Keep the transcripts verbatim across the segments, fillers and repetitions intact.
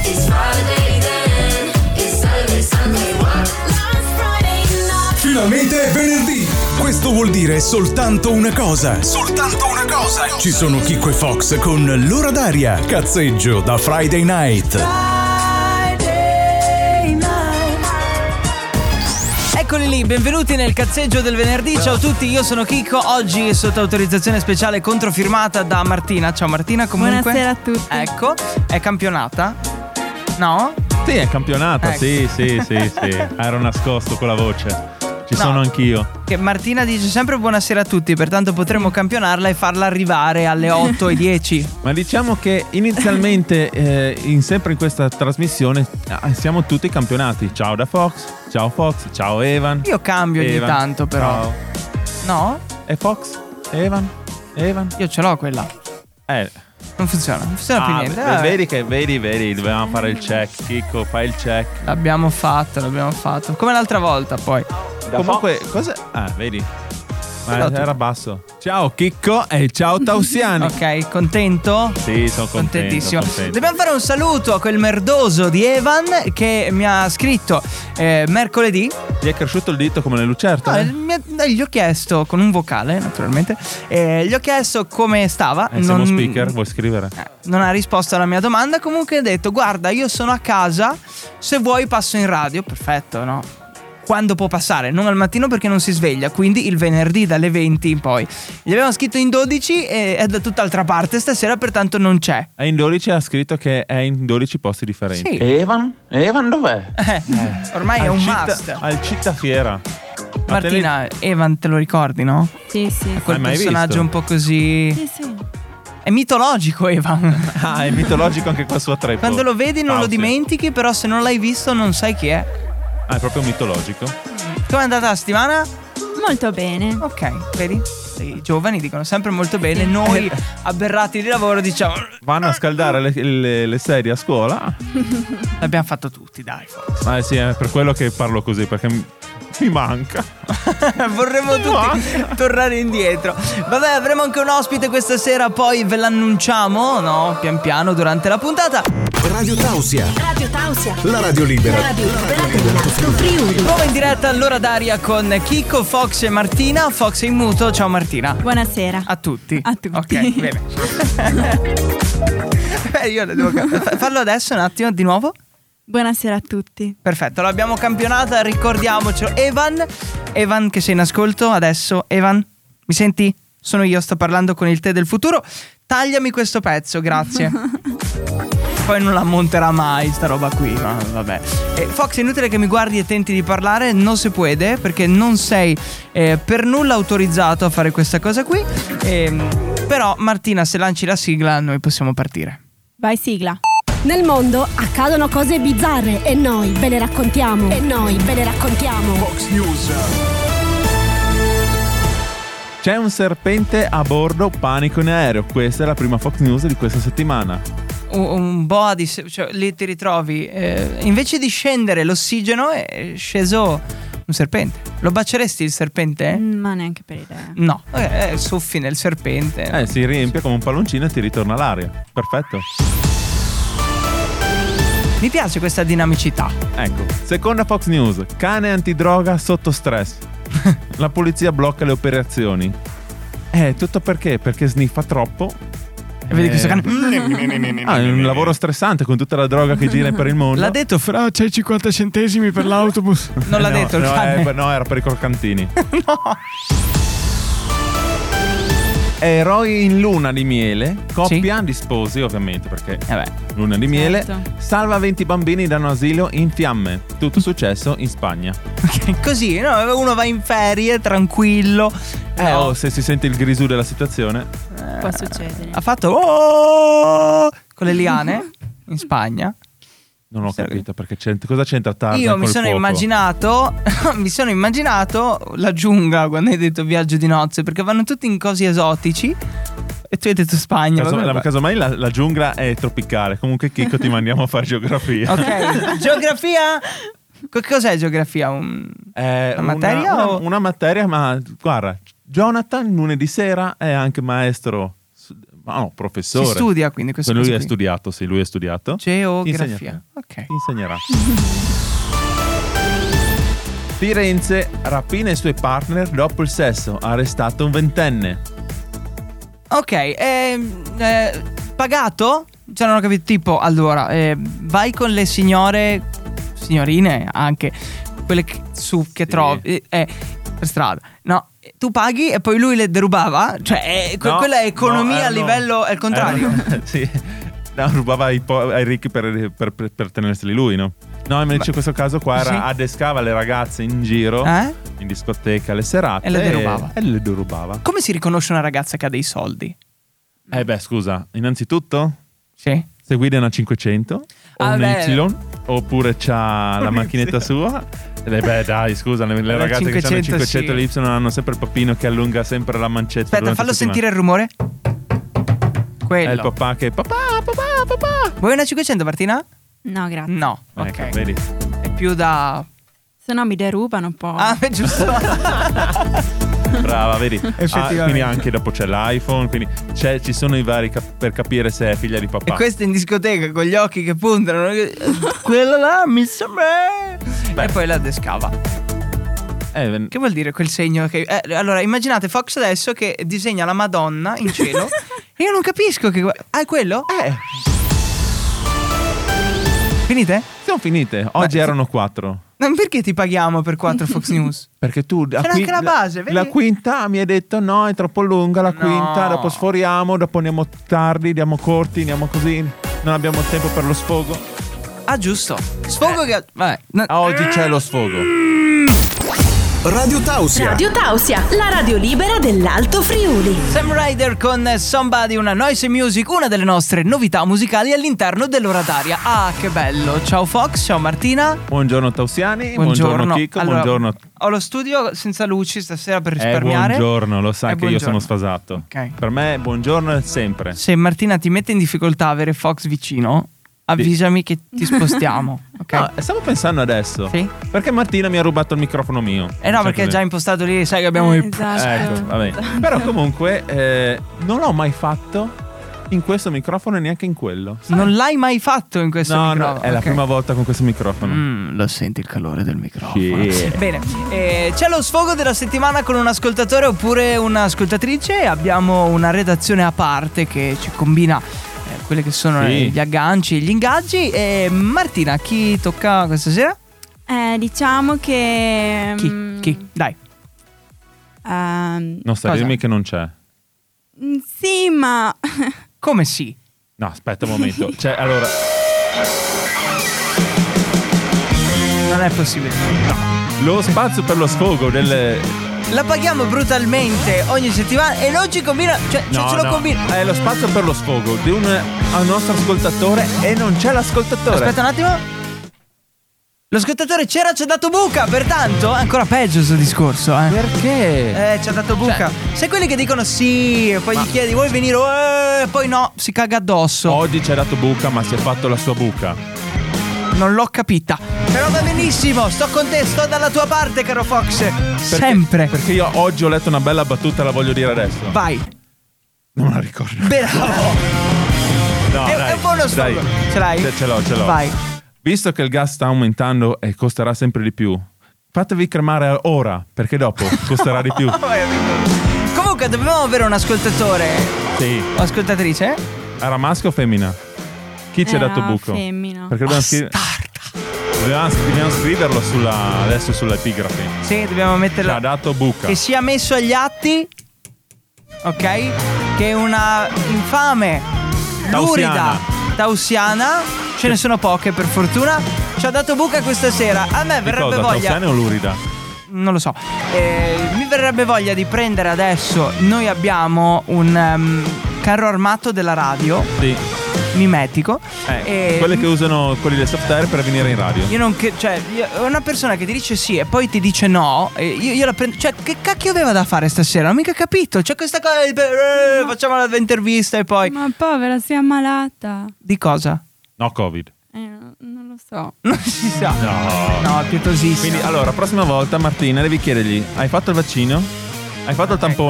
It's Friday then, it's Saturday, Sunday, what? Last Friday night. Finalmente è venerdì! Questo vuol dire soltanto una cosa. Soltanto una cosa. Ci sono Chicco e Fox con L'ora d'aria. Cazzeggio da Friday Night. Friday Night. Eccoli lì, benvenuti nel cazzeggio del venerdì. Ciao a tutti, io sono Chicco. Oggi sotto autorizzazione speciale controfirmata da Martina. Ciao Martina, comunque. Buonasera a tutti. Ecco, è campionata? No? Sì, è campionata, Ecco. sì, sì, sì, sì. Ero nascosto con la voce. Ci No. sono anch'io. Che Martina dice sempre buonasera a tutti, pertanto potremmo campionarla e farla arrivare alle otto e dieci. Ma diciamo che inizialmente, eh, in, sempre in questa trasmissione, ah, siamo tutti campionati. Ciao da Fox, ciao Fox, ciao Evan. Io cambio ogni Evan, tanto però. Ciao. No? E Fox? Evan? Evan? Io ce l'ho quella. Eh. Non funziona, non funziona più Ah, niente. v- Vabbè. vedi che, vedi, vedi, dovevamo fare il check. Chicco, fai il check. L'abbiamo fatto, l'abbiamo fatto. Come l'altra volta poi. Comunque, cosa? Ah, vedi? Ma Però tu- era basso. Ciao Chicco e ciao Tausiani. Ok, contento? Sì, sono contento. Contentissimo. contento. Dobbiamo fare un saluto a quel merdoso di Evan che mi ha scritto eh, mercoledì. Gli è cresciuto il dito come le lucerte? No, mi ha- gli ho chiesto, con un vocale naturalmente, eh, gli ho chiesto come stava. Eh, siamo speaker, vuoi scrivere? eh, non ha risposto alla mia domanda. Comunque ha detto: guarda, io sono a casa, se vuoi passo in radio. Perfetto, no? Quando può passare? Non al mattino perché non si sveglia, quindi il venerdì dalle venti in poi. Gli avevamo scritto in dodici e è da tutt'altra parte stasera, pertanto non c'è. È in dodici, ha scritto che è in dodici posti differenti. Sì, Evan? Evan dov'è? eh, ormai è Al un città- must. Al Città Fiera. Ma te ne- Martina, Evan te lo ricordi, no? Sì, sì. Quel Hai mai personaggio visto? un po' così. Sì, sì. È mitologico Evan. Ah, è mitologico anche qua su a tre. Quando lo vedi non lo Pausi. dimentichi, però se non l'hai visto non sai chi è. Ah, è proprio mitologico. Com'è andata la settimana? Molto bene. Ok, vedi? I giovani dicono sempre molto bene. Noi aberrati di lavoro diciamo Vanno a scaldare le, le- le sedie a scuola. l'abbiamo fatto tutti, dai. Fox. Ah, sì, è per quello che parlo così, perché mi, mi manca. Vorremmo tutti tornare indietro. Vabbè, avremo anche un ospite questa sera, poi ve l'annunciamo, no? Pian piano durante la puntata. Radio Tausia. Radio Tausia. La radio libera. Radio libera dell'Alto Friuli. Nuova in diretta all'ora d'aria con Chicco, Fox e Martina. Fox è in muto. Ciao Martina. Buonasera. A tutti. A tutti. Ok, bene. Eh, io le devo fa- farlo adesso un attimo di nuovo. Buonasera a tutti. Perfetto, l'abbiamo campionata, ricordiamocelo. Evan, Evan che sei in ascolto adesso. Evan, mi senti? Sono io, sto parlando con il te del futuro. Tagliami questo pezzo, grazie. Poi non la monterà mai sta roba qui, ma vabbè. Eh, Fox, è inutile che mi guardi e tenti di parlare, non si può, perché non sei eh, per nulla autorizzato a fare questa cosa qui. Ehm, però Martina, se lanci la sigla noi possiamo partire. Vai sigla. Nel mondo accadono cose bizzarre e noi ve le raccontiamo. E noi ve le raccontiamo. Fox News. C'è un serpente a bordo, panico in aereo. Questa è la prima Fox News di questa settimana. Un, un boa di se- cioè, lì ti ritrovi eh, invece di scendere l'ossigeno è sceso un serpente. Lo baceresti il serpente? Mm, Ma neanche per idea. No, eh, soffi nel serpente. Eh, si riempie come un palloncino e ti ritorna l'aria. Perfetto. Mi piace questa dinamicità. Ecco, seconda Fox News. Cane antidroga sotto stress. La polizia blocca le operazioni. Eh, tutto perché? Perché sniffa troppo. E vedi questo cane. Ah, è un lavoro stressante con tutta la droga che gira per il mondo. L'ha detto Fra, c'hai cinquanta centesimi per l'autobus. Non l'ha no, detto il no, cane. eh, no, era per i croccantini. Eroi in luna di miele. Coppia di sposi, ovviamente, perché Eh beh. luna di miele. Certo. Salva venti bambini da un asilo in fiamme. Tutto successo in Spagna. Così, no? Uno va in ferie, tranquillo. Eh, No. oh, se si sente il grisù della situazione. Può succedere. Ha fatto oh! con le liane in Spagna. Non ho Sì. capito perché c'entra, cosa c'entra Tarzan Io mi col sono fuoco? immaginato mi sono immaginato la giungla quando hai detto viaggio di nozze, perché vanno tutti in cosi esotici e tu hai detto Spagna. Caso, vabbè, la, casomai la, la giungla è tropicale. Comunque Chicco ti mandiamo a fare geografia. ok. Geografia? Co- Cos'è geografia? Un... È Una materia una, o- una materia, ma guarda, Jonathan lunedì sera è anche maestro Ma no, professore. Si studia quindi questo Lui cosa è qui. studiato, sì, lui è studiato. Geografia. Insegna- Ok. Ti insegnerà. Firenze rapina i suoi partner dopo il sesso, arrestato un ventenne. Ok, ehm, eh, pagato? Cioè non ho capito, tipo, allora, eh, vai con le signore, signorine anche, quelle che, su, che Sì. trovi, eh, eh, per strada, no, tu paghi e poi lui le derubava? Cioè, eh, que- No, quella è economia no, a erano- livello, è il contrario. erano- sì. No, rubava ai, po- ai ricchi per, per, per, per tenerseli lui, no? No, invece in questo caso qua era, Sì. adescava le ragazze in giro, Eh? in discoteca, le serate. E le derubava. E le derubava. Come si riconosce una ragazza che ha dei soldi? Eh beh, scusa, innanzitutto, Sì. se guida una cinquecento o Ah, un beh. Y, oppure c'ha la Un macchinetta Y. sua. Eh beh, dai, scusa, le, le La ragazze che hanno il cinquecento, cinquecento sì. e l'Y hanno sempre il papino che allunga sempre la mancetta. Aspetta, durante fallo la settimana. sentire il rumore. Quello. È il papà che papà, papà, papà. Vuoi una cinquecento, Martina? No, grazie. No, Ecco, ok. vedi? È più da... Se no mi derubano un po'. Ah, beh, giusto. Brava, vedi? Effettivamente. Ah, quindi anche dopo c'è l'iPhone, quindi c'è- ci sono i vari cap- per capire se è figlia di papà. E questa in discoteca con gli occhi che puntano. Quella là mi sembra. Beh. E poi la descava. Eh, Che vuol dire quel segno? Che... eh, allora, immaginate Fox adesso che disegna la Madonna in cielo. E io non capisco che. Ah, è quello? eh, Finite? sono finite. Oggi Ma- erano quattro. Ma perché ti paghiamo per quattro Fox News? Perché tu la, C'era anche la base, vedi? la quinta mi hai detto no, è troppo lunga la No. quinta, dopo sforiamo, dopo andiamo tardi, andiamo corti, andiamo così, non abbiamo tempo per lo sfogo. Ah, giusto. Sfogo che. Vabbè. No. Oggi c'è lo sfogo. Radio Tausia. Radio Tausia, la radio libera dell'Alto Friuli. Sam Ryder con Somebody, una noise music, una delle nostre novità musicali all'interno dell'ora d'aria. Ah, che bello. Ciao Fox, ciao Martina. Buongiorno Tausiani, buongiorno, Chico, Allora, buongiorno. Ho lo studio senza luci stasera per Eh, risparmiare. buongiorno, lo sai Eh, che io buongiorno. sono sfasato. Ok. Per me buongiorno è sempre. Se Martina ti mette in difficoltà avere Fox vicino, avvisami che ti spostiamo. Ok? No, stavo pensando adesso. Sì? Perché Martina mi ha rubato il microfono mio. Eh no, Sai perché è cos'è? già impostato lì, sai che abbiamo i. Esatto. Ecco, vabbè. Però comunque eh, non l'ho mai fatto in questo microfono e neanche in quello. Non l'hai mai fatto in questo No, no, microfono. è la ok. prima volta con questo microfono. Mm, lo senti il calore del microfono. Sì. Bene, eh, c'è lo sfogo della settimana con un ascoltatore oppure un'ascoltatrice. Abbiamo una redazione a parte che ci combina eh, quelli che sono Sì. eh, gli agganci e gli ingaggi. E Martina, chi tocca questa sera? Eh, diciamo che. Chi? mm, Chi? Dai. ehm, Non sta a Cosa? dirmi che non c'è. mm, sì, ma. Come sì? No, aspetta un momento. Cioè, allora, Non è possibile. lo spazio per lo sfogo del. La paghiamo brutalmente ogni settimana e non ci combina. Cioè, cioè No, ce lo no, combina. è lo spazio per lo sfogo di un, al nostro ascoltatore e non c'è l'ascoltatore. Aspetta un attimo. L'ascoltatore c'era, ci ha dato buca, pertanto è ancora peggio questo discorso, eh. Perché? Eh, ci ha dato buca. Sai quelli che dicono sì, e poi gli chiedi vuoi venire, eh, poi no, si caga addosso. Oggi ci ha dato buca, ma si è fatto la sua buca. Non l'ho capita. Però va benissimo, sto con te, sto dalla tua parte, caro Fox. Perché- Sempre. Perché io oggi ho letto una bella battuta, la voglio dire adesso. Vai. Non la ricordo. Bravo. No, è, dai, è un buono dai. sfogo. Ce l'hai? Ce, ce l'ho, ce l'ho. Vai. Visto che il gas sta aumentando e costerà sempre di più, fatevi cremare ora, perché dopo costerà di più. Comunque dovevamo avere un ascoltatore Sì. o ascoltatrice. Era maschio o femmina? Chi ci ha Era dato buco? femmina. Perché dobbiamo, scrivere, dobbiamo, dobbiamo scriverlo sulla, adesso sull'epigrafe. Sì, dobbiamo Ci ha metterlo. dato buca. Che sia messo agli atti. Ok? Che una infame lurida tausiana, ce ne sono poche per fortuna, ci ha dato buca questa sera. A me Di verrebbe cosa? voglia. Tausiana o lurida? Non lo so. Eh, mi verrebbe voglia di prendere adesso. Noi abbiamo un um, carro armato della radio, Sì. mimetico. Eh, e quelle che usano quelli del soft air per venire in radio. Io non che. Cioè, io- una persona che ti dice sì e poi ti dice no. E io, io la prendo. Cioè, che cacchio aveva da fare stasera? Non ho mica capito. C'è questa cosa. eh, facciamo l'intervista e poi. Ma povera, si è ammalata. Di cosa? No, Covid. Eh, no- non lo so. Non si sa. No. No, è pietosissimo. Quindi, allora, prossima volta, Martina, devi chiedergli: hai fatto il vaccino? Hai fatto il tampone?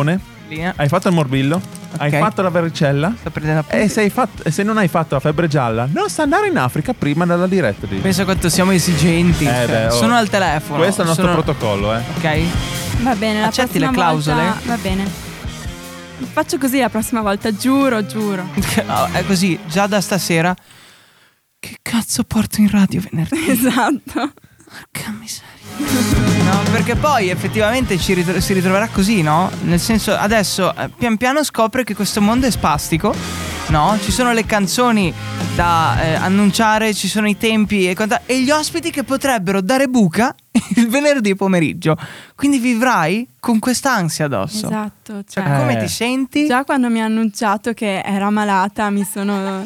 Linea. Hai fatto il morbillo? Hai Ok. fatto la varicella? Sto prendendo appunti. E se, hai fatto, e se non hai fatto la febbre gialla, non sta andare in Africa prima della diretta. Di... Penso quanto siamo esigenti. Eh, cioè, beh, oh. Sono al telefono. Questo è il nostro sono- protocollo, eh. Ok. Va bene, la Accetti prossima le clausole? volta- Va bene. Faccio così la prossima volta, giuro, giuro. No, è così, già da stasera. Che cazzo porto in radio venerdì? Esatto. Porca miseria. No, perché poi effettivamente ci ritro- si ritroverà così, no? Nel senso, adesso eh, pian piano scopre che questo mondo è spastico, no? Ci sono le canzoni da eh, annunciare, ci sono i tempi e, quanta- e gli ospiti che potrebbero dare buca il venerdì pomeriggio. Quindi vivrai con quest'ansia addosso. Esatto. Cioè, Cioè, come Eh. ti senti? già quando mi ha annunciato che era malata mi sono...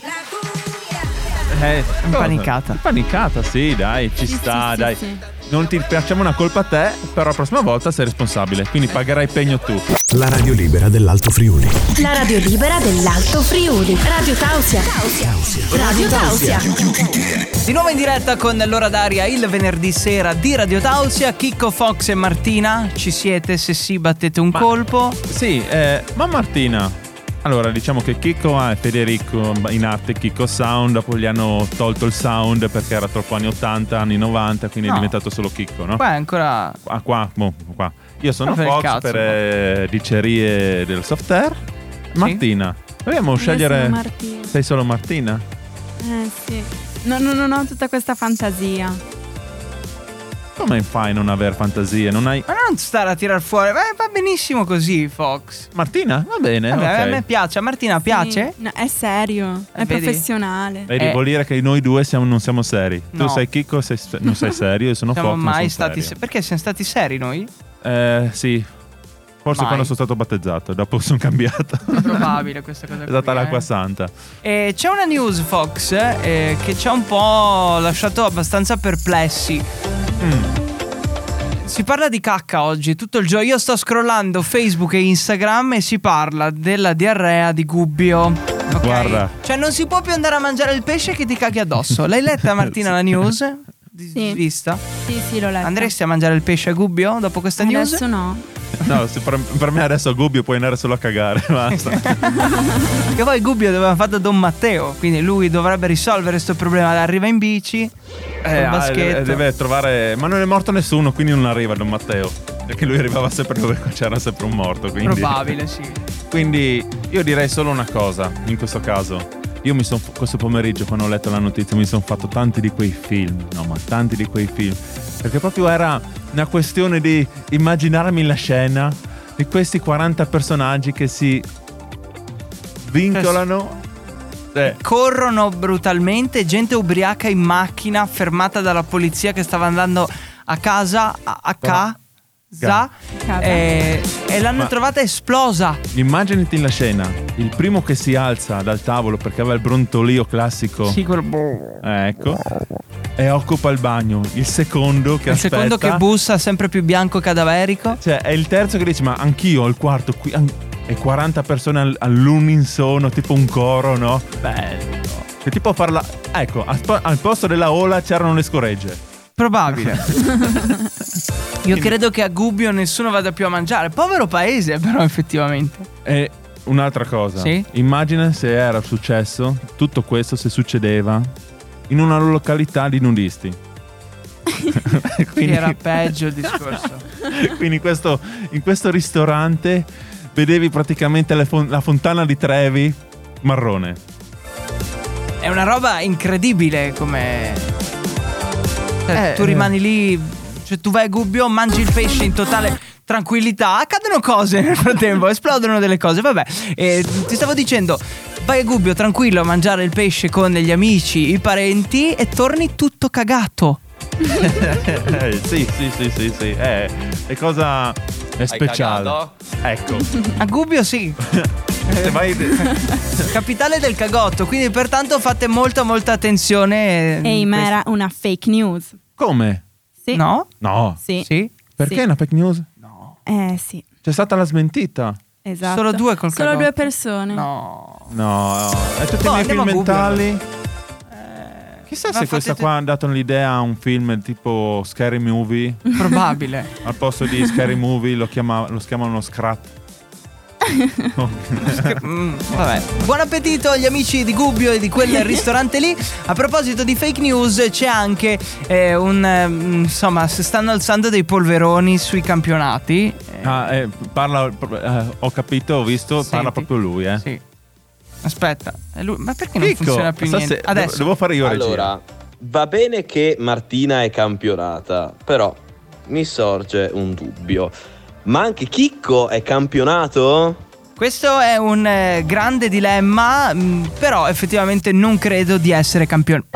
Eh, Impanicata. Impanicata, sì, dai, ci Sì, sta, sì, sì, dai. sì. Non ti facciamo una colpa a te, però la prossima volta sei responsabile, quindi pagherai pegno tu. La radio libera dell'Alto Friuli. La radio libera dell'Alto Friuli. Radio Tausia. Radio Tausia. Di nuovo in diretta con l'ora d'aria il venerdì sera di Radio Tausia. Chicco, Fox e Martina. Ci siete? Se sì, battete un Ma- colpo. Sì, eh, ma Martina, allora diciamo che Chicco ha Federico in arte Chicco Sound, dopo gli hanno tolto il sound perché era troppo anni ottanta, anni novanta, quindi No. è diventato solo Chicco, no? Qua è ancora. Ah, qua, boh, qua. Io sono Ma per il Fox cazzo, per eh, dicerie del soft air. Martina, dobbiamo Io scegliere. sono Martina. Sei solo Martina? Eh sì. No, no, non ho tutta questa fantasia. Come fai a non aver fantasie? Non hai. Ma non stare a tirar fuori. Beh, va benissimo così, Fox. Martina? Va bene, Vabbè, ok. a me piace. A Martina piace? Sì. No, è serio, è Eh, vedi? professionale. Vedi, Eh. vuol dire che noi due siamo- non siamo seri. No. Tu sei Chicco, sei, non sei serio, io sono Siamo Fox. mai non sono stati. serio. se- Perché siamo stati seri noi? Eh, sì. Forse Mai. quando sono stato battezzato, dopo sono cambiato. È probabile questa cosa. È stata qui, l'acqua eh. santa. E c'è una news, Fox, eh, che ci ha un po' lasciato abbastanza perplessi. Mm. Si parla di cacca oggi, tutto il giorno. Io sto scrollando Facebook e Instagram e si parla della diarrea di Gubbio. Ok? Guarda. Cioè non si può più andare a mangiare il pesce che ti caghi addosso. L'hai letta Martina la news? Di- Sì. Vista? Sì, sì, l'ho letto. Andresti a mangiare il pesce a Gubbio dopo questa news? Adesso no. No, se per, per me adesso a Gubbio puoi andare solo a cagare. Basta. Che poi Gubbio doveva fatto Don Matteo, quindi lui dovrebbe risolvere questo problema. Arriva in bici, col Eh, ah, baschetto. deve, deve trovare. Ma non è morto nessuno, quindi non arriva Don Matteo. Perché lui arrivava sempre dove c'era sempre un morto. Quindi. Probabile, sì. Quindi io direi solo una cosa in questo caso. Io mi sono questo pomeriggio quando ho letto la notizia mi sono fatto tanti di quei film, no, ma tanti di quei film, perché proprio era una questione di immaginarmi la scena di questi quaranta personaggi che si vincolano. Eh, Corrono brutalmente, gente ubriaca in macchina fermata dalla polizia che stava andando a casa a, a casa Ga. Casa. e, e l'hanno Ma- trovata esplosa. immaginati la scena, il primo che si alza dal tavolo perché aveva il brontolio classico. Sì, quel Eh, ecco. E occupa il bagno. Il secondo che il aspetta. secondo che bussa sempre più bianco cadaverico. Cioè, è il terzo che dice: ma anch'io ho il quarto qui. an- e quaranta persone al- all'uninsono, tipo un coro, no? Bello. Che tipo farla. Ecco, al, po- al posto della ola c'erano le scoregge. Probabile. Io credo che a Gubbio nessuno vada più a mangiare. Povero paese, però, effettivamente. E un'altra cosa. Sì? Immagina se era successo, tutto questo se succedeva in una località di nudisti. Quindi era peggio il discorso. Quindi in questo, in questo ristorante vedevi praticamente le fon- la fontana di Trevi marrone. È una roba incredibile come. Cioè, Eh, tu rimani lì. Cioè, tu vai a Gubbio, mangi il pesce in totale tranquillità. Accadono cose nel frattempo, esplodono delle cose. Vabbè, e ti stavo dicendo. Vai a Gubbio tranquillo a mangiare il pesce con gli amici, i parenti e torni tutto cagato. Eh, sì, sì, sì, sì, sì. Eh, è cosa è speciale. cagato? Ecco. A Gubbio sì. Se vai Capitale del cagotto, quindi pertanto fate molta molta attenzione. Ehi, ma era una fake news. Come? Sì. No? No. Sì. Sì? Perché Sì. è una fake news? Eh sì, C'è stata la smentita. esatto. Solo due col Solo cagotto? due persone. No. No, è tutti No, i miei andiamo film a Google. mentali. Chissà ma se questa fate- qua ha dato l'idea a un film tipo Scary Movie. Probabile. Al posto di Scary Movie lo, chiama, lo chiamano Scrat. Mm, vabbè. Buon appetito agli amici di Gubbio e di quel ristorante lì. A proposito di fake news, c'è anche eh, un eh, insomma, si stanno alzando dei polveroni sui campionati. Eh, Ah, eh, parla, eh, ho capito, ho visto, Senti. parla proprio lui, eh. Sì. Aspetta, è lui- ma perché non Chicco, funziona più sa niente? se- Adesso devo fare io regia. Allora, va bene che Martina è campionata, però mi sorge un dubbio. Ma anche Chicco è campionato? questo è un eh, grande dilemma, mh, però effettivamente non credo di essere campione.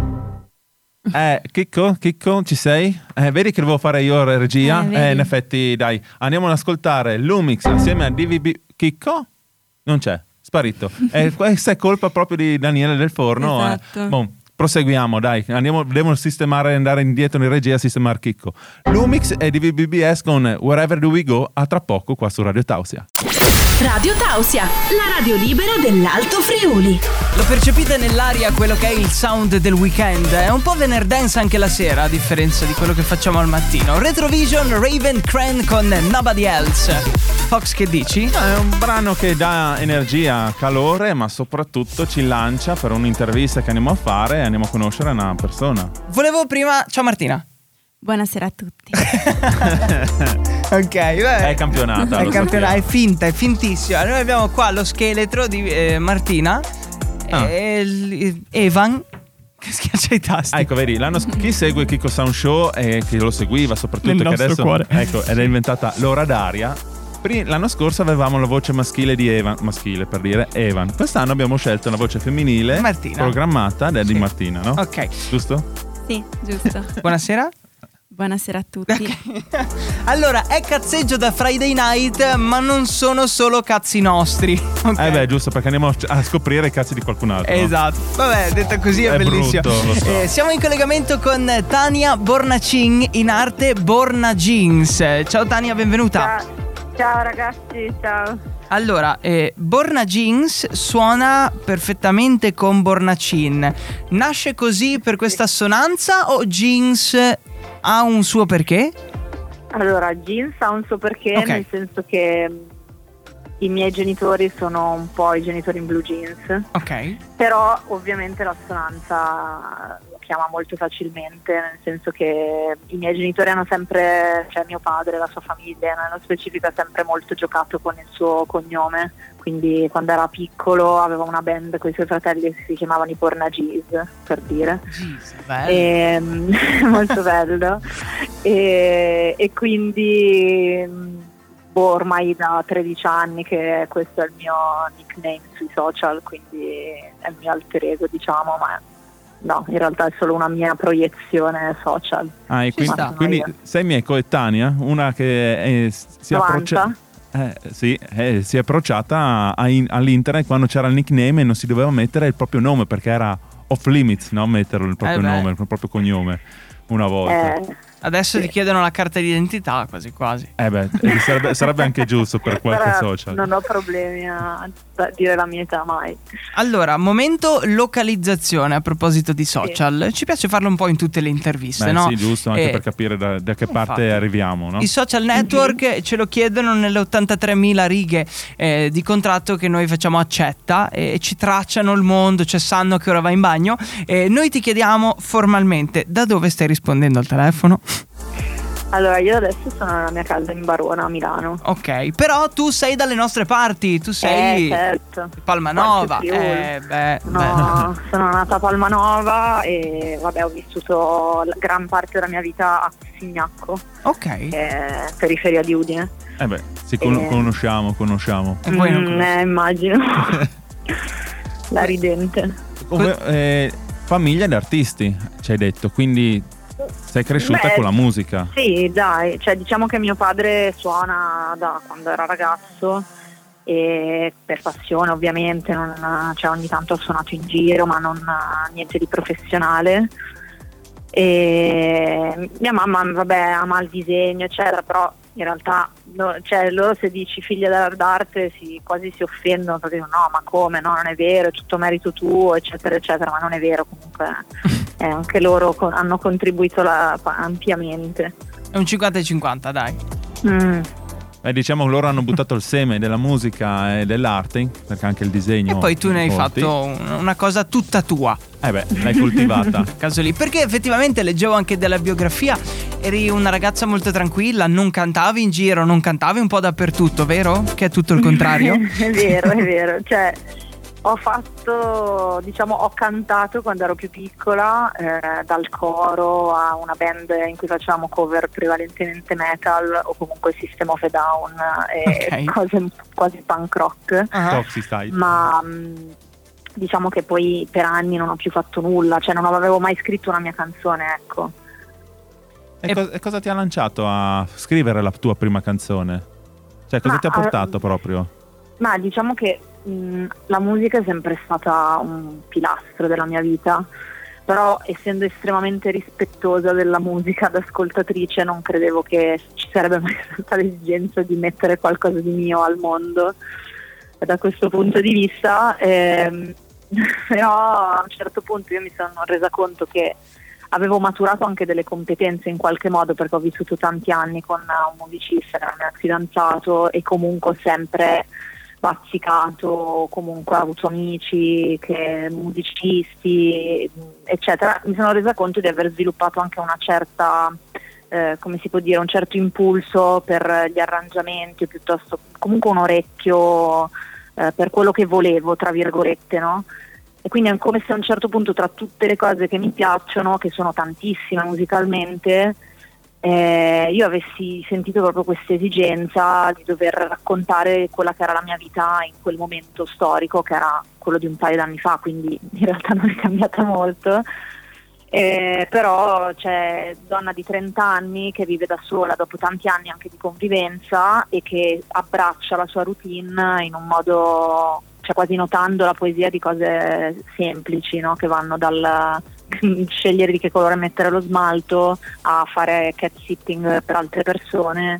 Eh, Chicco, Chicco, ci sei? Eh, vedi che devo fare io la regia? Eh, vedi. Eh, in effetti, dai, andiamo ad ascoltare Lumix assieme a D V B. Chicco? Non c'è, sparito. Eh, questa è colpa proprio di Daniele Del Forno. Esatto. Eh. Boh, proseguiamo, dai. Andiamo, devo sistemare, andare indietro in regia a sistemare Chicco. Lumix e D V B B S con Wherever Do We Go, a tra poco qua su Radio Tausia. Radio Tausia, la radio libera dell'Alto Friuli. Lo percepite nell'aria quello che è il sound del weekend? È un po' venerdance anche la sera, a differenza di quello che facciamo al mattino. Retrovision, Raven Cran con Nobody Else. Fox, che dici? È un brano che dà energia, calore, ma soprattutto ci lancia per un'intervista che andiamo a fare e andiamo a conoscere una persona. Volevo prima... Ciao Martina. Buonasera a tutti. Ok, beh. È campionata. È lo campionata, è sappiamo. finta, è fintissima. Noi abbiamo qua lo scheletro di eh, Martina Ah. e il- Evan che schiaccia i tasti. Ah, ecco, vedi, l'anno sc- chi segue Chicco Sound Show e che lo seguiva soprattutto, Nel che nostro adesso cuore. ecco, ed è diventata l'ora d'aria. Pri- L'anno scorso avevamo la voce maschile di Evan, maschile per dire Evan. Quest'anno abbiamo scelto una voce femminile Martina. programmata ed è di Sì. Martina, no? Ok, Giusto? Sì, giusto. buonasera. Buonasera a tutti. Allora, è cazzeggio da Friday Night, ma non sono solo cazzi nostri. Ok? Eh beh, giusto, perché andiamo a scoprire i cazzi di qualcun altro. no? Esatto, vabbè, detta così è, È bellissimo. brutto, lo so. Eh, siamo in collegamento con Tania Bornacin, in arte Borna Jeans. Ciao Tania, benvenuta. Ciao, ciao ragazzi, ciao. Allora, eh, Borna Jeans suona perfettamente con Bornacin. Nasce così per questa assonanza o Jeans ha un suo perché? Allora, jeans ha un suo perché, Ok. nel senso che mh, i miei genitori sono un po' i genitori in blue jeans, Ok. però ovviamente l'assonanza lo chiama molto facilmente, nel senso che i miei genitori hanno sempre, cioè mio padre, la sua famiglia, nello specifico ha sempre molto giocato con il suo cognome, quindi quando era piccolo aveva una band con i suoi fratelli che si chiamavano i Porna G's, per dire. Jeans, bello. E, molto bello e, e quindi mh, boh, ormai da tredici anni che questo è il mio nickname sui social, quindi è il mio alter ego, diciamo, ma no, in realtà è solo una mia proiezione social. Ah, e Ci quindi, sta. quindi sei mia coetanea, una che eh, si è novanta? approcciata. Eh, sì, eh, si è approcciata a in- all'internet quando c'era il nickname e non si doveva mettere il proprio nome perché era off limits, no? Metterlo il proprio Eh beh. nome, il proprio cognome una volta. Eh, Adesso sì. ti chiedono la carta d'identità, quasi quasi. Eh beh, eh, sarebbe, sarebbe anche giusto per qualche però social. non ho problemi a a dire la mia età mai. Allora, momento localizzazione a proposito di social. Ci piace farlo un po' in tutte le interviste, Beh, no? sì, giusto, anche Eh, per capire da, da che parte infatti. arriviamo, no? I social network ce lo chiedono nelle ottantatremila righe eh, di contratto che noi facciamo accetta e ci tracciano il mondo, cioè sanno che ora va in bagno. E noi ti chiediamo formalmente da dove stai rispondendo al telefono. Allora, io adesso sono nella mia casa in Barona, a Milano. Ok, però tu sei dalle nostre parti, tu sei Eh, certo. Palmanova. Parte Friuli. Eh, beh, No, sono nata a Palmanova e vabbè, ho vissuto la gran parte della mia vita a Signacco, beh. Ok. che è periferia di Udine. Eh beh, sì, con- Eh. conosciamo, conosciamo. E voi non Mm, conoscete. eh, immagino. La ridente. Come, eh, famiglia di artisti, ci hai detto, quindi sei cresciuta Beh, con la musica. Sì, dai, cioè diciamo che mio padre suona da quando era ragazzo e per passione ovviamente, non, cioè ogni tanto ha suonato in giro ma non niente di professionale. E mia mamma vabbè ama il disegno eccetera, però in realtà no, cioè loro se dici figlia d'arte si, quasi si offendono perché dicono no ma come, no non è vero, è tutto merito tuo eccetera eccetera, ma non è vero, comunque eh, anche loro co- hanno contribuito la- ampiamente. È un cinquanta e cinquanta, dai. Mm. Beh, diciamo che loro hanno buttato il seme della musica e dell'arte, perché anche il disegno. E poi tu ne hai molti. fatto un- una cosa tutta tua. Eh beh, l'hai coltivata. Caso lì, perché effettivamente leggevo anche della biografia, eri una ragazza molto tranquilla, non cantavi in giro, non cantavi un po' dappertutto, vero? Che è tutto il contrario. È vero, è vero. Cioè, ho fatto, diciamo, ho cantato quando ero più piccola, eh, dal coro a una band in cui facevamo cover prevalentemente metal o comunque System of a Down e Ok. cose quasi punk rock. Ah. Toxic style. Ma mh, diciamo che poi per anni non ho più fatto nulla, cioè non avevo mai scritto una mia canzone, ecco. E, co- e cosa ti ha lanciato a scrivere la tua prima canzone? Cioè, cosa Ma, ti ha portato eh, proprio? Ma diciamo che mh, la musica è sempre stata un pilastro della mia vita, però essendo estremamente rispettosa della musica da ascoltatrice non credevo che ci sarebbe mai stata l'esigenza di mettere qualcosa di mio al mondo da questo punto di vista, ehm, però a un certo punto io mi sono resa conto che avevo maturato anche delle competenze in qualche modo, perché ho vissuto tanti anni con un musicista che era il mio fidanzato e comunque ho sempre bazzicato, comunque ho avuto amici che musicisti eccetera. Mi sono resa conto di aver sviluppato anche una certa eh, come si può dire, un certo impulso per gli arrangiamenti, piuttosto comunque un orecchio eh, per quello che volevo, tra virgolette, no? E quindi è come se a un certo punto, tra tutte le cose che mi piacciono, che sono tantissime musicalmente, eh, io avessi sentito proprio questa esigenza di dover raccontare quella che era la mia vita in quel momento storico, che era quello di un paio d'anni fa, quindi in realtà non è cambiata molto. Eh, però c'è donna di trenta anni che vive da sola dopo tanti anni anche di convivenza e che abbraccia la sua routine in un modo, cioè quasi notando la poesia di cose semplici, no? Che vanno dal scegliere di che colore mettere lo smalto a fare cat sitting per altre persone,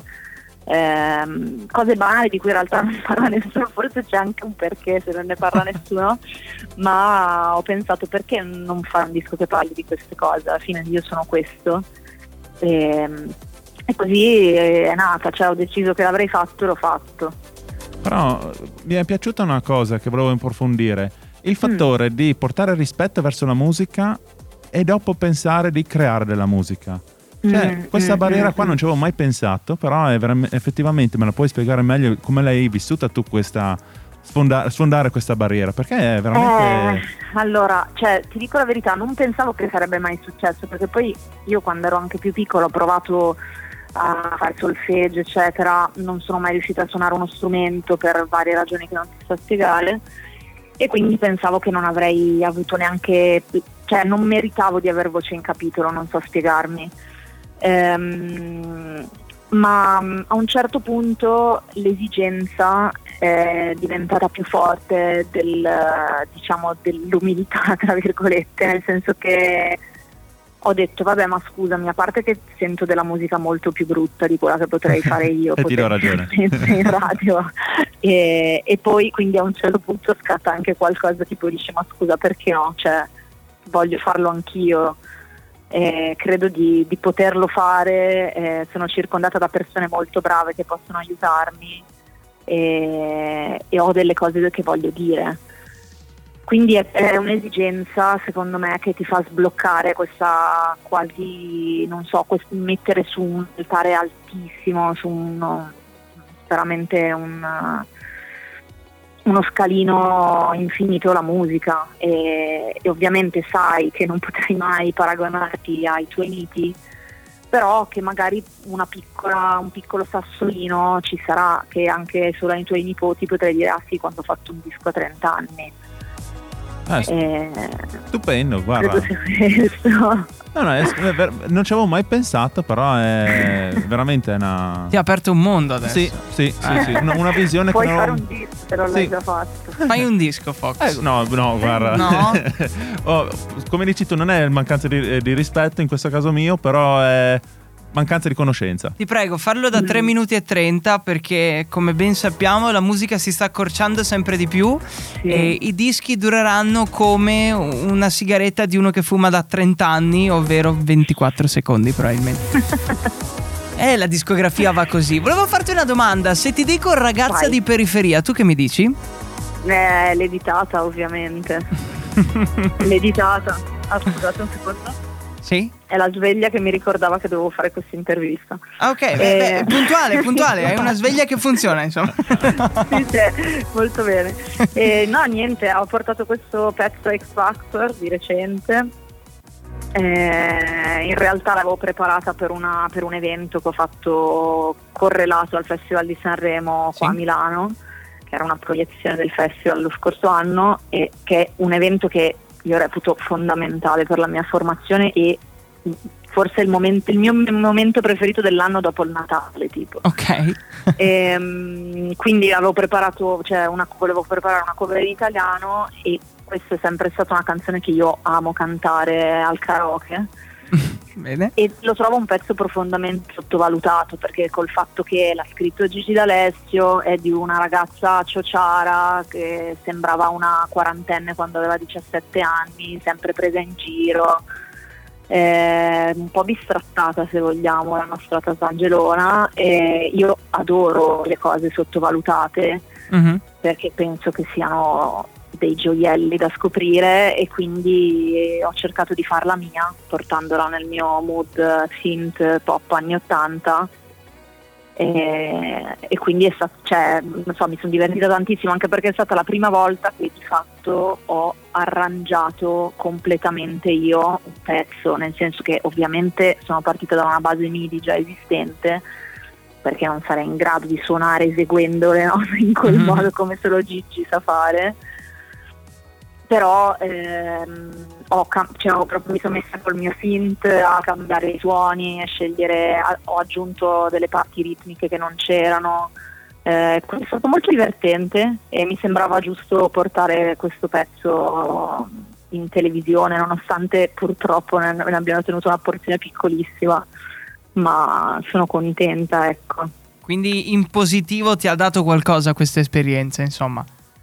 ehm, cose banali di cui in realtà non parla nessuno, forse c'è anche un perché se non ne parla nessuno, ma ho pensato perché non fare un disco che parli di queste cose, alla fine io sono questo, e, e così è nata, cioè ho deciso che l'avrei fatto e l'ho fatto. Però mi è piaciuta una cosa che volevo approfondire, il fattore mm. di portare rispetto verso la musica e dopo pensare di creare della musica. Cioè, Mm, questa mm, barriera mm, qua non ci avevo mai pensato, però è veram- effettivamente me la puoi spiegare meglio come l'hai vissuta tu questa sfonda- sfondare questa barriera, perché è veramente... Eh, allora, cioè, ti dico la verità, non pensavo che sarebbe mai successo, perché poi io quando ero anche più piccola ho provato a fare solfeggio eccetera, non sono mai riuscita a suonare uno strumento per varie ragioni che non ti so spiegare, e quindi pensavo che non avrei avuto neanche, cioè non meritavo di aver voce in capitolo, non so spiegarmi. Ehm, ma a un certo punto l'esigenza è diventata più forte del, diciamo, dell'umiltà, tra virgolette, nel senso che ho detto vabbè, ma scusami, a parte che sento della musica molto più brutta di quella che potrei fare io e ti do ragione in radio, e, e poi quindi a un certo punto scatta anche qualcosa tipo dice ma scusa, perché no, cioè voglio farlo anch'io. Eh, credo di, di poterlo fare, eh, sono circondata da persone molto brave che possono aiutarmi, e, e ho delle cose che voglio dire, quindi è, è un'esigenza secondo me che ti fa sbloccare questa quasi, non so, quest- mettere su un altare altissimo, su un, veramente un uno scalino infinito la musica, e, e ovviamente sai che non potrai mai paragonarti ai tuoi miti, però che magari una piccola, un piccolo sassolino ci sarà, che anche solo ai tuoi nipoti potrai dire ah sì, quando ho fatto un disco a trenta anni. Ah, Eh, stupendo, guarda. credo sia questo. No, no, è- è ver- non ci avevo mai pensato, però è veramente una... Ti ha aperto un mondo adesso. Sì, sì, sì, Eh. sì, Una, una visione Puoi che non... fare un disco, se non Sì. l'hai già fatto. Fai un disco, Fox. Eh, no, no, guarda. No? Oh, come dici tu, non è mancanza di, di rispetto in questo caso mio, però è mancanza di conoscenza. Ti prego, farlo da tre minuti e trenta, perché come ben sappiamo la musica si sta accorciando sempre di più, Sì. e i dischi dureranno come una sigaretta di uno che fuma da trenta anni, ovvero ventiquattro secondi probabilmente. Eh, la discografia va così. Volevo farti una domanda. Se ti dico ragazza Vai. di periferia, tu che mi dici? Eh, l'editata ovviamente. L'editata. Ah, scusate un secondo. Sì? È la sveglia che mi ricordava che dovevo fare questa intervista. Ah, ok, beh, Eh. beh, puntuale, puntuale. Hai una sveglia che funziona, insomma. Sì, sì, molto bene. E, no, niente, ho portato questo pezzo X Factor di recente. Eh, in realtà l'avevo preparata per, una, per un evento che ho fatto correlato al Festival di Sanremo qua Sì. a Milano, che era una proiezione del festival lo scorso anno, e che è un evento che io reputo fondamentale per la mia formazione e forse il, momento, il mio momento preferito dell'anno dopo il Natale, tipo. Ok. E, quindi avevo preparato, cioè una, volevo preparare una cover in italiano, e questa è sempre stata una canzone che io amo cantare al karaoke. Bene. E lo trovo un pezzo profondamente sottovalutato, perché col fatto che l'ha scritto Gigi D'Alessio, è di una ragazza ciociara che sembrava una quarantenne quando aveva diciassette anni, sempre presa in giro, eh, un po' bistrattata se vogliamo, la nostra Tasangelona. E io adoro le cose sottovalutate, Mhm. perché penso che siano dei gioielli da scoprire, e quindi ho cercato di farla mia, portandola nel mio mood synth pop anni ottanta, e, e quindi è stato, cioè, non so, mi sono divertita tantissimo, anche perché è stata la prima volta che di fatto ho arrangiato completamente io un pezzo, nel senso che ovviamente sono partita da una base MIDI già esistente, perché non sarei in grado di suonare eseguendo le note in quel Mhm. modo come solo Gigi sa fare. Però ehm, ho, cam- cioè, ho proprio mi sono messa col mio synth a cambiare i suoni, a scegliere, a- ho aggiunto delle parti ritmiche che non c'erano, eh, quindi è stato molto divertente e mi sembrava giusto portare questo pezzo in televisione, nonostante purtroppo ne, ne abbiamo tenuto una porzione piccolissima, ma sono contenta, ecco. Quindi in positivo ti ha dato qualcosa questa esperienza, insomma.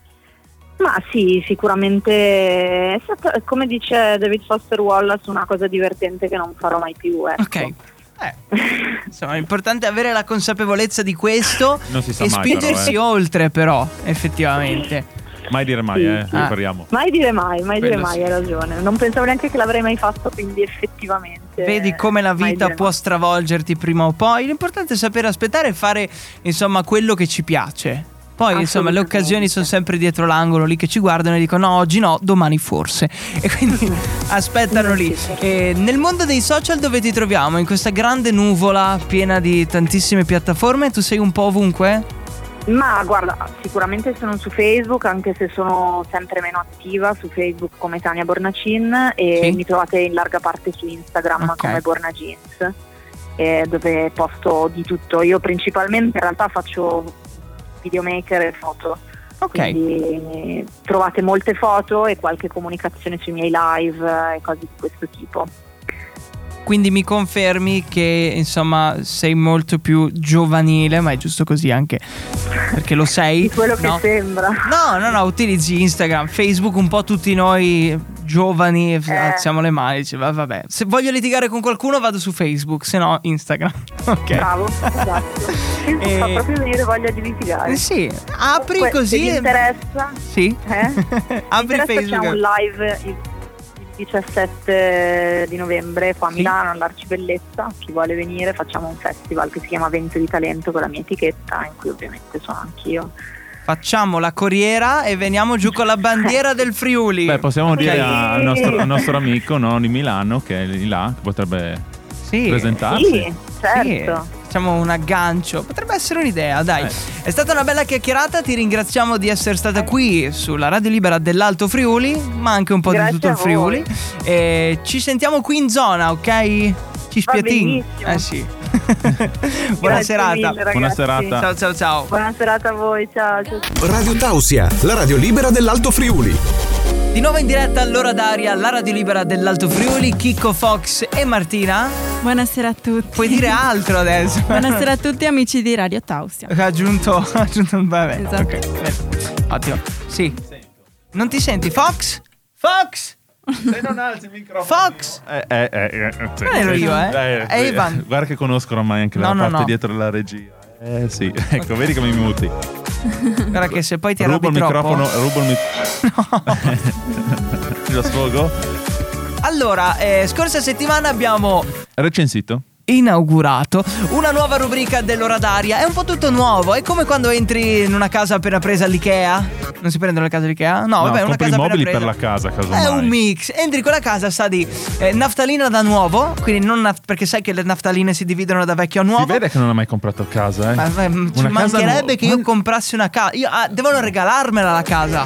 Ma sì, sicuramente è stata, come dice David Foster Wallace, una cosa divertente che non farò mai più, ecco. Ok. Eh, insomma, è importante avere la consapevolezza di questo Non si sa e mai, spingersi però, eh. oltre, però, effettivamente. Mai dire mai, Sì. eh, Ah. speriamo. Mai dire mai, mai dire Quello mai, sì. hai ragione. Non pensavo neanche che l'avrei mai fatto, quindi effettivamente. Vedi come la mai vita dire può mai. stravolgerti prima o poi. L'importante è sapere aspettare e fare, insomma, quello che ci piace. Poi, insomma, le Assolutamente. occasioni sono sempre dietro l'angolo lì che ci guardano e dicono no, oggi no, domani forse. E quindi aspettano lì. E nel mondo dei social dove ti troviamo? In questa grande nuvola piena di tantissime piattaforme, tu sei un po' ovunque? Ma guarda, sicuramente sono su Facebook, anche se sono sempre meno attiva su Facebook come Tania Bornacin, e Sì. mi trovate in larga parte su Instagram Ok. come Borna Jeans, eh, dove posto di tutto. Io principalmente in realtà faccio videomaker e foto. Ok. Quindi trovate molte foto e qualche comunicazione sui miei live eh, e cose di questo tipo. Quindi mi confermi che, insomma, sei molto più giovanile, ma è giusto così anche perché lo sei. Di quello no? che sembra. No, no, no, utilizzi Instagram, Facebook, un po' tutti noi giovani, Eh. alziamo le mani, dice, va- vabbè. Se voglio litigare con qualcuno vado su Facebook, se no Instagram. Ok. Bravo, esatto. Mi E- fa proprio venire voglia di litigare. Eh sì, apri Comunque, così. Se vi e- interessa, Sì. eh? Apri interessa, Facebook. c'è un live il, il diciassette di novembre qua a Sì. Milano all'Arcibellezza. Chi vuole venire, facciamo un festival che si chiama Vento di Talento con la mia etichetta, in cui ovviamente sono anch'io. Facciamo la corriera e veniamo giù con la bandiera del Friuli. Beh, possiamo Ok. dire al nostro, al nostro amico, no, di Milano, che è lì là, che potrebbe Sì. presentarsi. Sì, certo. Sì, facciamo un aggancio. Potrebbe essere un'idea, dai. Eh. È stata una bella chiacchierata. Ti ringraziamo di essere stata qui sulla Radio Libera dell'Alto Friuli, ma anche un po' Grazie di tutto il a voi. Friuli. E ci sentiamo qui in zona, ok? Ci Va spiatin. benissimo. Eh sì. Buona Grazie serata. mille, ragazzi. Buona serata. Ciao ciao ciao. Buona serata a voi, ciao. ciao. Radio Tausia, la radio libera dell'Alto Friuli. Di nuovo in diretta all'ora d'aria, la Radio Libera dell'Alto Friuli, Chicco, Fox e Martina. Buonasera a tutti. Puoi dire altro adesso? Buonasera a tutti amici di Radio Tausia. Ha aggiunto, ha aggiunto un vabbè. Esatto. Ok, bene. Ottimo. Sì. Non ti senti, Fox? Fox? Se non alzi il microfono. Fox! Eh, eh, eh, eh, sì, Non ero sì. io, eh. È Evan. Guarda che conosco ormai anche No, la no, parte no. dietro della regia. Eh sì, ecco, vedi come mi muti. Guarda che se poi ti Rubo arrabbi il troppo... microfono, rubo il microfono. Lo sfogo. Allora, eh, scorsa settimana abbiamo Recensito. inaugurato una nuova rubrica dell'ora d'aria. È un po' tutto nuovo. È come quando entri in una casa appena presa all'Ikea. Non si prendono le case all'Ikea? No, No, vabbè, una compri casa i mobili appena per presa. la casa, casomai. È un mix. Entri in quella casa, sta di eh, naftalina da nuovo. Quindi non naf- perché sai che le naftaline si dividono da vecchio a nuovo. Si vede che non ha mai comprato casa, eh. Ma, ma, ci Una casa mancherebbe nu- che io comprassi una casa. Io, ah, devono regalarmela la casa.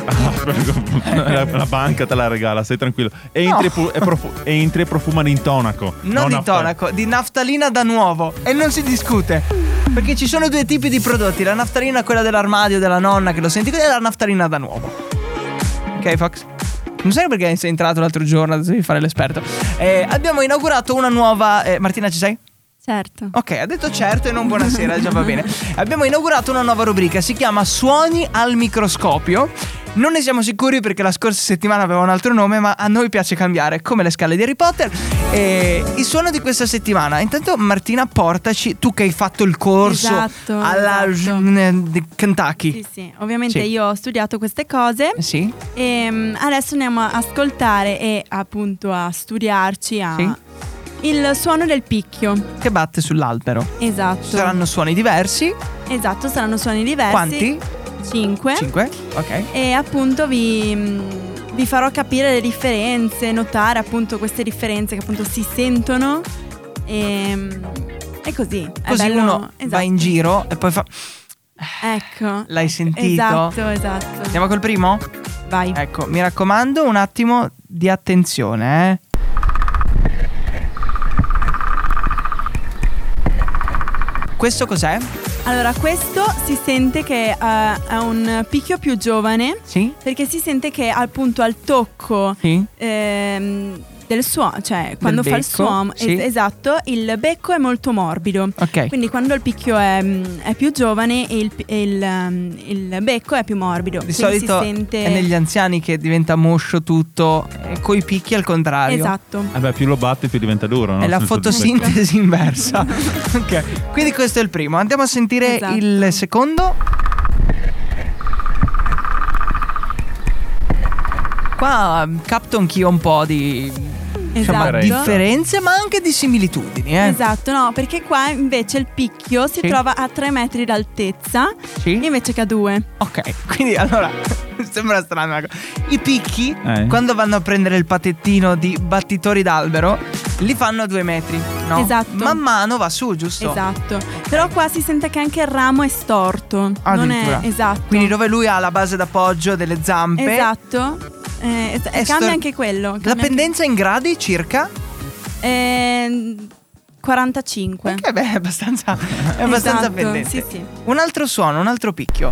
la, la banca te la regala, stai tranquillo. E No. entri, e pu- e profu- e entri e profuma di intonaco. Non di nafta- tonaco, di naftalina da nuovo. E non si discute. Perché ci sono due tipi di prodotti. La naftalina, quella dell'armadio della nonna che lo senti, e la naftalina da nuovo. Ok, Fox? Non sai perché sei entrato l'altro giorno, adesso devi fare l'esperto. Eh, abbiamo inaugurato una nuova... eh, Martina, ci sei? Certo. Ok, ha detto certo e non buonasera, già va bene. Abbiamo inaugurato una nuova rubrica, si chiama Suoni al microscopio. Non ne siamo sicuri perché la scorsa settimana aveva un altro nome, ma a noi piace cambiare, come le scale di Harry Potter. E il suono di questa settimana. Intanto Martina, portaci, tu che hai fatto il corso Esatto, alla esatto. di Kentucky. Sì, sì. Ovviamente Sì. io ho studiato queste cose. Sì. E mm, adesso andiamo a ascoltare e appunto a studiarci a Sì. il suono del picchio. Che batte sull'albero. Esatto. Saranno suoni diversi. Esatto, saranno suoni diversi. Quanti? Cinque. Cinque. Ok. E appunto vi, mm, vi farò capire le differenze, notare appunto queste differenze che appunto si sentono. E, mm, e così. È Così bello. uno Esatto. va in giro e poi fa... Ecco. L'hai sentito? Esatto, esatto. Andiamo col primo? Vai. Ecco, mi raccomando, un attimo di attenzione, eh. Questo cos'è? Allora, questo si sente che eh, è un picchio più giovane. Sì? Perché si sente che appunto al tocco Sì. ehm, del suono, cioè quando fa il becco, suono, sì. es- esatto, il becco è molto morbido. Ok. Quindi quando il picchio è, è più giovane e il, e il, um, il becco è più morbido. Di Quindi solito si sente... è negli anziani che diventa moscio tutto, e coi picchi al contrario. Esatto. Vabbè, più lo batti più diventa duro, no? È la Nel senso di- fotosintesi inversa. Ok. Quindi questo è il primo. Andiamo a sentire Esatto. il secondo. Qua capto anch'io un po' di insomma, Esatto. differenze, ma anche di similitudini, eh. Esatto, no, perché qua invece il picchio si Sì. trova a tre metri d'altezza Sì. invece che a due. Ok, quindi allora sembra strano. ecco. I picchi, Eh. quando vanno a prendere il patettino di battitori d'albero, li fanno a due metri. No? Esatto. Man mano va su, giusto? Esatto. Però qua si sente che anche il ramo è storto. Non Addirittura. è esatto. Quindi dove lui ha la base d'appoggio delle zampe. Esatto. Eh, es- È cambia stor- anche quello. La cambia pendenza in gradi circa? anche- eh, quarantacinque. Ok, beh, è abbastanza, è abbastanza Esatto, pendente. sì, sì. Un altro suono, un altro picchio.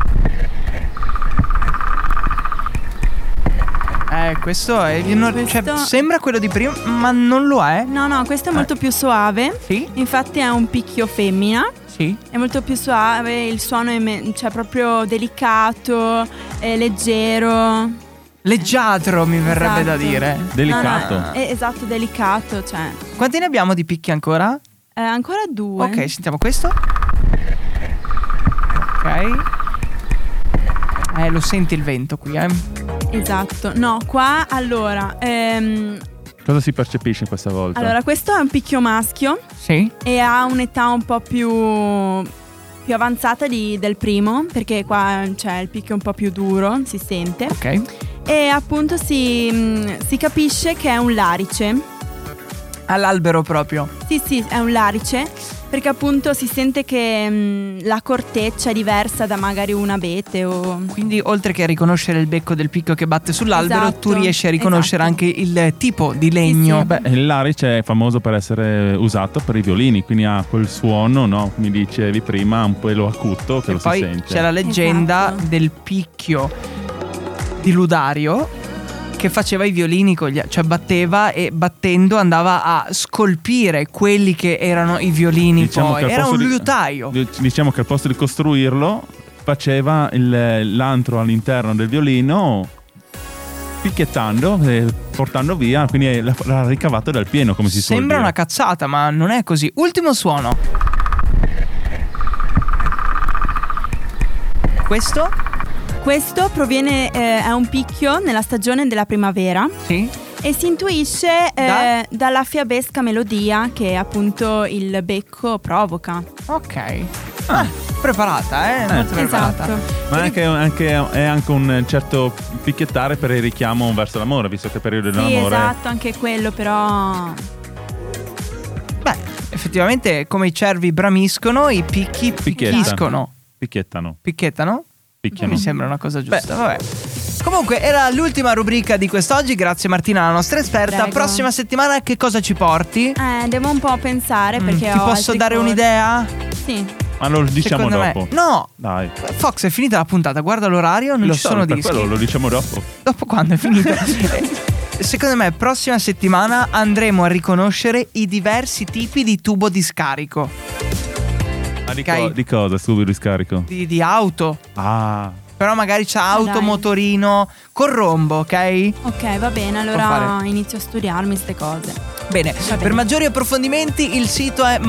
Eh, questo è. non- cioè, Questo- sembra quello di prima, ma non lo è. No, no, questo è molto più suave. Sì? Infatti è un picchio femmina. Sì. È molto più suave, il suono è me- cioè proprio delicato, è leggero. Leggiadro mi verrebbe da Esatto. dire. Delicato. No, no, è esatto, delicato, cioè. Quanti ne abbiamo di picchi ancora? Eh, ancora due. Ok, sentiamo questo. Ok. Eh, lo senti il vento qui, eh? Esatto. No, qua allora. ehm, Cosa si percepisce questa volta? allora, questo è un picchio maschio Sì. e ha un'età un po' più. più avanzata di- del primo, perché qua c'è il picchio un po' più duro, si sente. Ok. E appunto si, mh, si capisce che è un larice. All'albero proprio. Sì, sì, è un larice, perché appunto si sente che mh, la corteccia è diversa da magari un abete o... Quindi oltre che a riconoscere il becco del picchio che batte sull'albero, Esatto, tu riesci a riconoscere esatto. anche il tipo di legno. sì. Beh, il larice è famoso per essere usato per i violini, quindi ha quel suono, no? Come dicevi prima, un pelo acuto che E lo poi si sente. c'è la leggenda Esatto. del picchio di Ludario che faceva i violini con gli, cioè batteva e battendo andava a scolpire quelli che erano i violini. Diciamo poi che al era posto un di- liutaio. Diciamo che al posto di costruirlo faceva il- l'antro all'interno del violino picchiettando, eh, portando via, quindi l'ha, l'ha ricavato dal pieno, come si suol Sembra dire. una cazzata, ma non è così. Ultimo suono. Questo? Questo proviene, eh, è un picchio nella stagione della primavera. Sì. E si intuisce eh, Da? dalla fiabesca melodia che appunto il becco provoca. Ok. Ah, preparata, eh? Molto preparata. Esatto. Ma è anche, anche- è anche un certo picchiettare per il richiamo verso l'amore, visto che è periodo Sì, dell'amore. esatto, anche quello però. Beh, effettivamente come i cervi bramiscono, i picchi Picchiettano. picchiscono. Picchiettano. Picchiettano? Picchiano. Mi sembra una cosa giusta, vabbè. Comunque era l'ultima rubrica di quest'oggi, grazie Martina, la nostra esperta. Prego. Prossima settimana che cosa ci porti? Eh, devo un po' pensare perché Mm, ti ho posso altri dare corsi. un'idea? Sì. Ma lo diciamo Secondo me- dopo. No, Dai. Fox, è finita la puntata, guarda l'orario, non Lo ci so, sono per dischi. quello lo diciamo dopo. Dopo quando è finita? Eh, Secondo me prossima settimana andremo a riconoscere i diversi tipi di tubo di scarico. Ah, di, Ok. co- di cosa? Subito di scarico. Di, di auto. Ah. Però magari c'ha auto, dai. motorino, col rombo, ok? Ok, va bene, Può allora fare. inizio a studiarmi queste cose. Bene, bene. per maggiori approfondimenti il sito è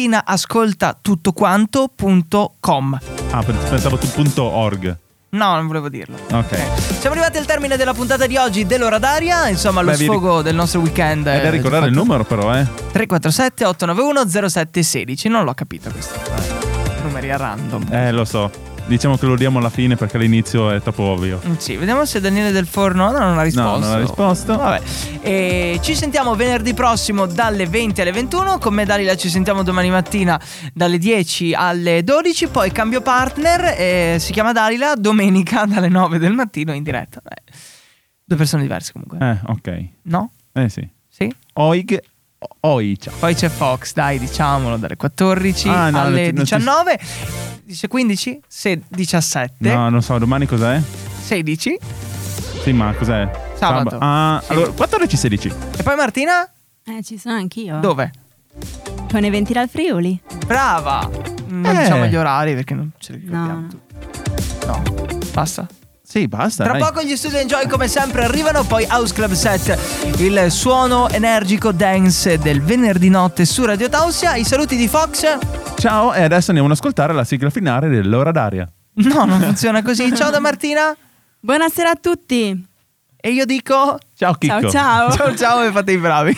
martinaascoltatuttoquanto punto com. Ah, pensavo tu punto org. No, non volevo dirlo. Ok. Siamo arrivati al termine della puntata di oggi dell'ora d'aria, insomma lo Beh, vi ric- sfogo del nostro weekend. È da ricordare il numero però, eh. tre quattro sette otto nove uno zero sette uno sei. Non l'ho capito questo. Numeri a random. Eh, lo so. Diciamo che lo diamo alla fine perché all'inizio è troppo ovvio. Mm, Sì, vediamo se Daniele Del Forno no, non ha risposto. No, non ha risposto. Vabbè. E ci sentiamo venerdì prossimo dalle venti alle ventuno. Con me Dalila ci sentiamo domani mattina dalle dieci alle dodici. Poi cambio partner. E si chiama Dalila. Domenica dalle nove del mattino in diretta. Beh, due persone diverse comunque. Eh, ok. No? Eh sì. Sì? Oig. Oicia. Poi c'è Fox, dai, diciamolo, dalle quattordici Ah, no, alle non ti- non ti- diciannove. Dice quindici? Se diciassette. No, non so, domani cos'è? sedici. Sì, ma cos'è? Sabato. Ah, Sì. allora quattordici sedici. E poi Martina? Eh, ci sono anch'io. Dove? Con eventi dal Friuli. Brava! Non Eh. diciamo gli orari perché non ce li ricordiamo No. tutti. No, basta. Sì, basta. Tra dai. poco gli Studio Enjoy come sempre arrivano, poi House Club Set, il suono energico dance del venerdì notte su Radio Tausia. I saluti di Fox? Ciao, e adesso andiamo ad ascoltare la sigla finale dell'ora d'aria. No, non funziona così. Ciao da Martina. Buonasera a tutti. E io dico Ciao Chicco. Ciao ciao. ciao ciao e fate i bravi.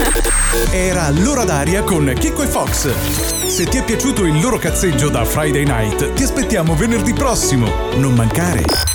Era l'ora d'aria con Chicco e Fox. Se ti è piaciuto il loro cazzeggio da Friday Night, ti aspettiamo venerdì prossimo. Non mancare.